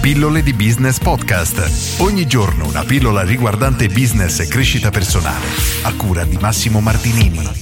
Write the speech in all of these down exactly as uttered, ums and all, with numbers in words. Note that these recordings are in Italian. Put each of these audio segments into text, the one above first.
Pillole di Business Podcast. Ogni giorno una pillola riguardante business e crescita personale. A cura di Massimo Martinini.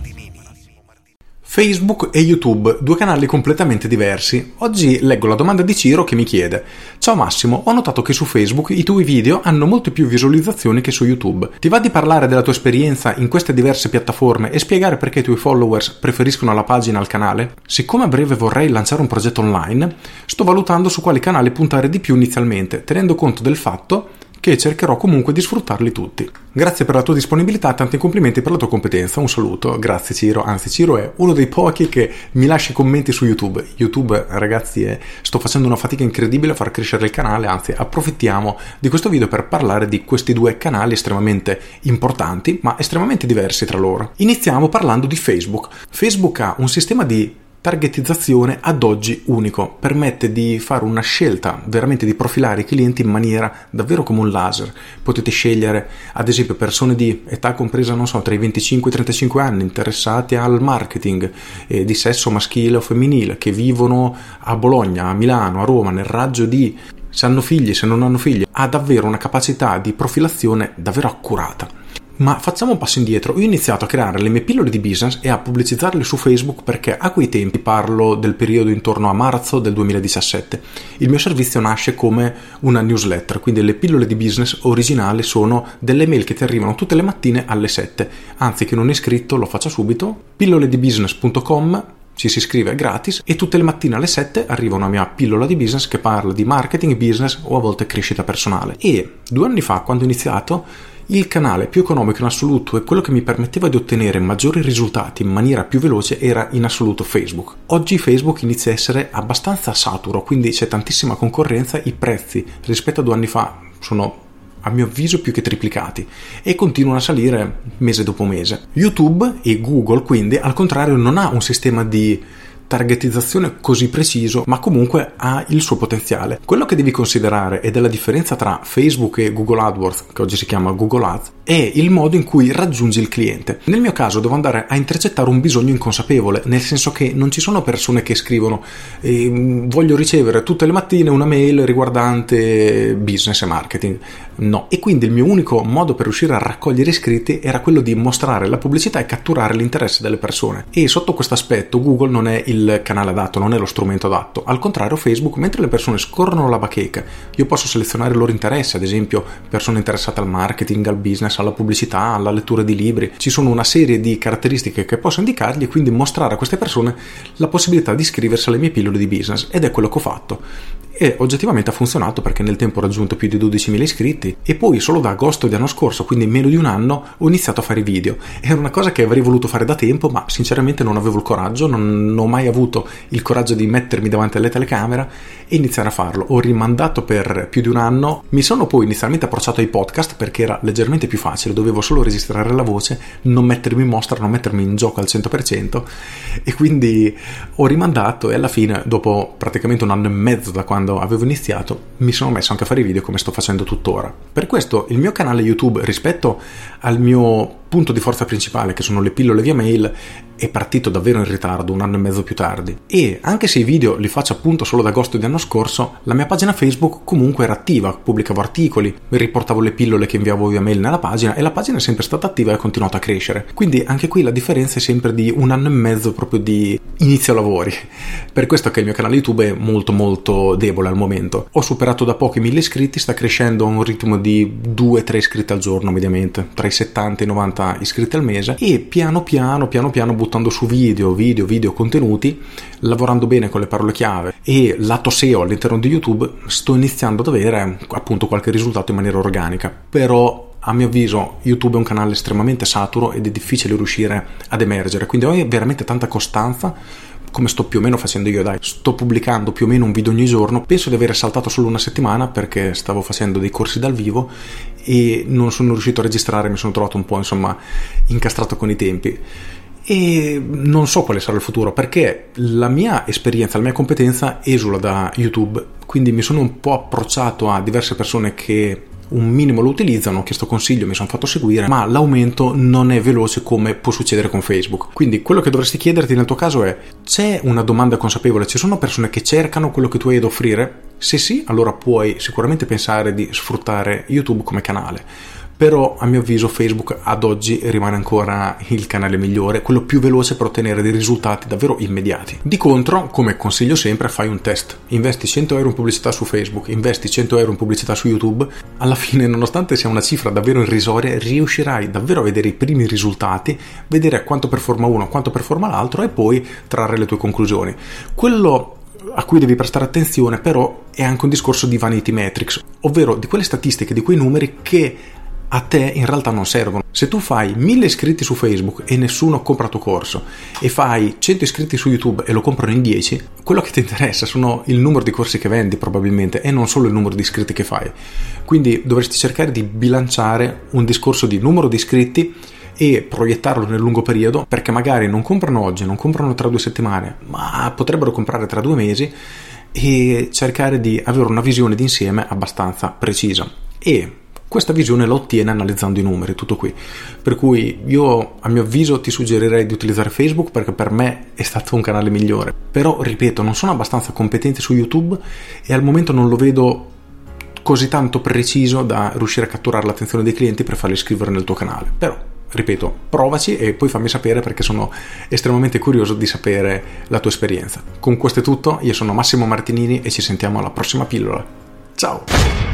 Facebook e YouTube, due canali completamente diversi. Oggi leggo la domanda di Ciro che mi chiede: ciao Massimo, ho notato che su Facebook i tuoi video hanno molte più visualizzazioni che su YouTube. Ti va di parlare della tua esperienza in queste diverse piattaforme e spiegare perché i tuoi followers preferiscono la pagina al canale? Siccome a breve vorrei lanciare un progetto online, sto valutando su quali canali puntare di più inizialmente, tenendo conto del fatto che cercherò comunque di sfruttarli tutti. Grazie per la tua disponibilità, tanti complimenti per la tua competenza, un saluto, grazie Ciro, anzi Ciro è uno dei pochi che mi lascia i commenti su YouTube. YouTube, ragazzi, è, sto facendo una fatica incredibile a far crescere il canale, anzi approfittiamo di questo video per parlare di questi due canali estremamente importanti, ma estremamente diversi tra loro. Iniziamo parlando di Facebook. Facebook ha un sistema di targetizzazione ad oggi unico, permette di fare una scelta veramente di profilare i clienti in maniera davvero come un laser. Potete scegliere ad esempio persone di età compresa, non so, tra i venticinque e i trentacinque anni, interessati al marketing eh, di sesso maschile o femminile, che vivono a Bologna, a Milano, a Roma, nel raggio di se hanno figli, se non hanno figli. Ha davvero una capacità di profilazione davvero accurata. Ma facciamo un passo indietro. Io ho iniziato a creare le mie pillole di business e a pubblicizzarle su Facebook perché a quei tempi, parlo del periodo intorno a marzo del duemiladiciassette, il mio servizio nasce come una newsletter, quindi le pillole di business originali sono delle mail che ti arrivano tutte le mattine alle sette. Anzi, chi non è iscritto lo faccia subito, pillole di business punto com, ci si iscrive, è gratis, e tutte le mattine alle sette arriva una mia pillola di business che parla di marketing, business o a volte crescita personale. E due anni fa, quando ho iniziato, il canale più economico in assoluto e quello che mi permetteva di ottenere maggiori risultati in maniera più veloce era in assoluto Facebook. Oggi Facebook inizia a essere abbastanza saturo, quindi c'è tantissima concorrenza, i prezzi rispetto a due anni fa sono a mio avviso più che triplicati e continuano a salire mese dopo mese. YouTube e Google quindi al contrario non ha un sistema di targetizzazione così preciso, ma comunque ha il suo potenziale. Quello che devi considerare, ed è la differenza tra Facebook e Google AdWords, che oggi si chiama Google Ads, è il modo in cui raggiungi il cliente. Nel mio caso devo andare a intercettare un bisogno inconsapevole, nel senso che non ci sono persone che scrivono eh, voglio ricevere tutte le mattine una mail riguardante business e marketing. No. E quindi il mio unico modo per riuscire a raccogliere iscritti era quello di mostrare la pubblicità e catturare l'interesse delle persone. E sotto questo aspetto Google non è il canale adatto, non è lo strumento adatto. Al contrario, Facebook, mentre le persone scorrono la bacheca, io posso selezionare il loro interesse, ad esempio persone interessate al marketing, al business, alla pubblicità, alla lettura di libri. Ci sono una serie di caratteristiche che posso indicargli e quindi mostrare a queste persone la possibilità di iscriversi alle mie pillole di business, ed è quello che ho fatto. E oggettivamente ha funzionato perché nel tempo ho raggiunto più di dodicimila iscritti e poi solo da agosto dell'anno scorso, quindi in meno di un anno, ho iniziato a fare video. Era una cosa che avrei voluto fare da tempo, ma sinceramente non avevo il coraggio, non, non ho mai avuto il coraggio di mettermi davanti alla telecamera e iniziare a farlo. Ho rimandato per più di un anno, mi sono poi inizialmente approcciato ai podcast perché era leggermente più facile, dovevo solo registrare la voce, non mettermi in mostra, non mettermi in gioco al cento per cento, e quindi ho rimandato e alla fine, dopo praticamente un anno e mezzo da quando avevo iniziato, mi sono messo anche a fare video come sto facendo tuttora. Per questo il mio canale YouTube, rispetto al mio punto di forza principale, che sono le pillole via mail, è partito davvero in ritardo, un anno e mezzo più tardi. E anche se i video li faccio appunto solo ad agosto dell'anno scorso, la mia pagina Facebook comunque era attiva, pubblicavo articoli, riportavo le pillole che inviavo via mail nella pagina e la pagina è sempre stata attiva e ha continuato a crescere. Quindi anche qui la differenza è sempre di un anno e mezzo proprio di inizio lavori. Per questo che il mio canale YouTube è molto molto debole al momento. Ho superato da poco i mille iscritti, sta crescendo a un ritmo di due tre iscritti al giorno mediamente, tra i settanta e i novanta iscritti al mese, e piano piano piano piano buttando su video, video, video, contenuti, lavorando bene con le parole chiave e lato S E O all'interno di YouTube, sto iniziando ad avere appunto qualche risultato in maniera organica. Però a mio avviso YouTube è un canale estremamente saturo ed è difficile riuscire ad emergere, quindi ho veramente tanta costanza, come sto più o meno facendo io, dai, sto pubblicando più o meno un video ogni giorno. Penso di aver saltato solo una settimana perché stavo facendo dei corsi dal vivo e non sono riuscito a registrare, mi sono trovato un po' insomma incastrato con i tempi e non so quale sarà il futuro, perché la mia esperienza, la mia competenza esula da YouTube, quindi mi sono un po' approcciato a diverse persone che un minimo lo utilizzano, ho chiesto consiglio, mi sono fatto seguire, ma l'aumento non è veloce come può succedere con Facebook. Quindi quello che dovresti chiederti nel tuo caso è: c'è una domanda consapevole, ci sono persone che cercano quello che tu hai ad offrire? Se sì, allora puoi sicuramente pensare di sfruttare YouTube come canale, però a mio avviso Facebook ad oggi rimane ancora il canale migliore, quello più veloce per ottenere dei risultati davvero immediati. Di contro, come consiglio sempre, fai un test. Investi cento euro in pubblicità su Facebook, investi cento euro in pubblicità su YouTube. Alla fine, nonostante sia una cifra davvero irrisoria, riuscirai davvero a vedere i primi risultati, vedere quanto performa uno, quanto performa l'altro e poi trarre le tue conclusioni. Quello a cui devi prestare attenzione però è anche un discorso di vanity metrics, ovvero di quelle statistiche, di quei numeri che a te in realtà non servono. Se tu fai mille iscritti su Facebook e nessuno compra il tuo corso e fai cento iscritti su YouTube e lo comprano in dieci, quello che ti interessa sono il numero di corsi che vendi probabilmente e non solo il numero di iscritti che fai. Quindi dovresti cercare di bilanciare un discorso di numero di iscritti e proiettarlo nel lungo periodo, perché magari non comprano oggi, non comprano tra due settimane, ma potrebbero comprare tra due mesi, e cercare di avere una visione d'insieme abbastanza precisa. E questa visione la ottiene analizzando i numeri, tutto qui. Per cui io, a mio avviso, ti suggerirei di utilizzare Facebook perché per me è stato un canale migliore. Però, ripeto, non sono abbastanza competente su YouTube e al momento non lo vedo così tanto preciso da riuscire a catturare l'attenzione dei clienti per farli iscrivere nel tuo canale. Però, ripeto, provaci e poi fammi sapere perché sono estremamente curioso di sapere la tua esperienza. Con questo è tutto, io sono Massimo Martinini e ci sentiamo alla prossima pillola. Ciao!